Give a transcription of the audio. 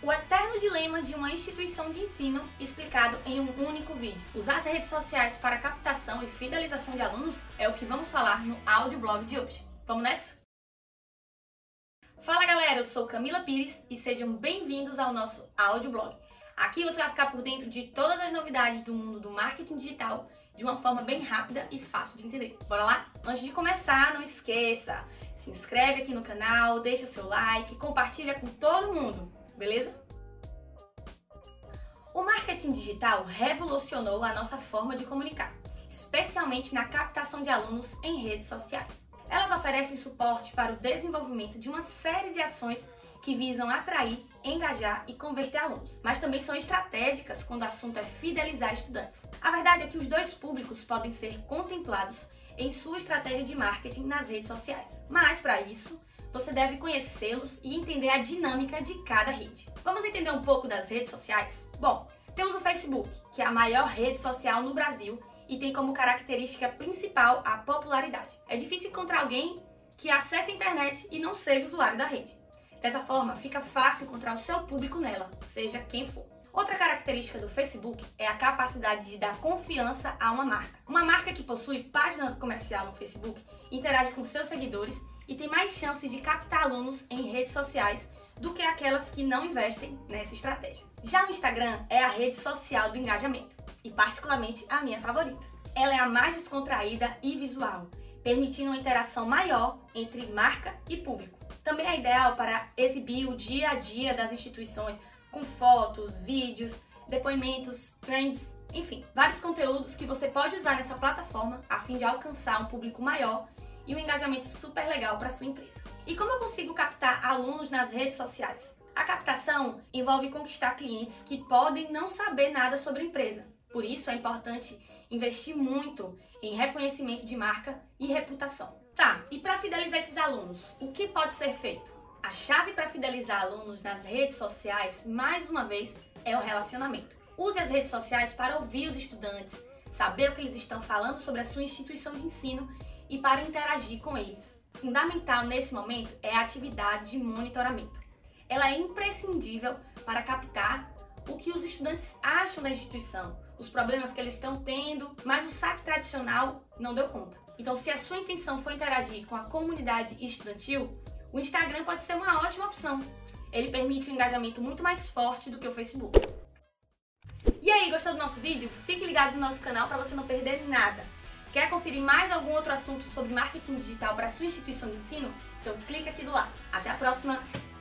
O eterno dilema de uma instituição de ensino explicado em um único vídeo. Usar as redes sociais para captação e fidelização de alunos é o que vamos falar no audioblog de hoje. Vamos nessa? Fala galera, eu sou Camila Pires e sejam bem-vindos ao nosso audioblog. Aqui você vai ficar por dentro de todas as novidades do mundo do marketing digital de uma forma bem rápida e fácil de entender. Bora lá? Antes de começar, não esqueça, se inscreve aqui no canal, deixa seu like, compartilha com todo mundo, beleza? O marketing digital revolucionou a nossa forma de comunicar, especialmente na captação de alunos em redes sociais. Elas oferecem suporte para o desenvolvimento de uma série de ações que visam atrair, engajar e converter alunos, mas também são estratégicas quando o assunto é fidelizar estudantes. A verdade é que os dois públicos podem ser contemplados em sua estratégia de marketing nas redes sociais, mas para isso, você deve conhecê-los e entender a dinâmica de cada rede. Vamos entender um pouco das redes sociais? Bom, temos o Facebook, que é a maior rede social no Brasil e tem como característica principal a popularidade. É difícil encontrar alguém que acesse a internet e não seja usuário da rede. Dessa forma, fica fácil encontrar o seu público nela, seja quem for. Outra característica do Facebook é a capacidade de dar confiança a uma marca. Uma marca que possui página comercial no Facebook interage com seus seguidores e tem mais chances de captar alunos em redes sociais do que aquelas que não investem nessa estratégia. Já o Instagram é a rede social do engajamento e particularmente a minha favorita. Ela é a mais descontraída e visual, permitindo uma interação maior entre marca e público. Também é ideal para exibir o dia a dia das instituições com fotos, vídeos, depoimentos, trends, enfim, vários conteúdos que você pode usar nessa plataforma a fim de alcançar um público maior e um engajamento super legal para sua empresa. E como eu consigo captar alunos nas redes sociais? A captação envolve conquistar clientes que podem não saber nada sobre a empresa. Por isso é importante investir muito em reconhecimento de marca e reputação. Tá, e para fidelizar esses alunos, o que pode ser feito? A chave para fidelizar alunos nas redes sociais, mais uma vez, é o relacionamento. Use as redes sociais para ouvir os estudantes, saber o que eles estão falando sobre a sua instituição de ensino e para interagir com eles. Fundamental nesse momento é a atividade de monitoramento. Ela é imprescindível para captar o que os estudantes acham da instituição, os problemas que eles estão tendo, mas o saque tradicional não deu conta. Então, se a sua intenção for interagir com a comunidade estudantil, o Instagram pode ser uma ótima opção. Ele permite um engajamento muito mais forte do que o Facebook. E aí, gostou do nosso vídeo? Fique ligado no nosso canal para você não perder nada. Quer conferir mais algum outro assunto sobre marketing digital para a sua instituição de ensino? Então clica aqui do lado. Até a próxima!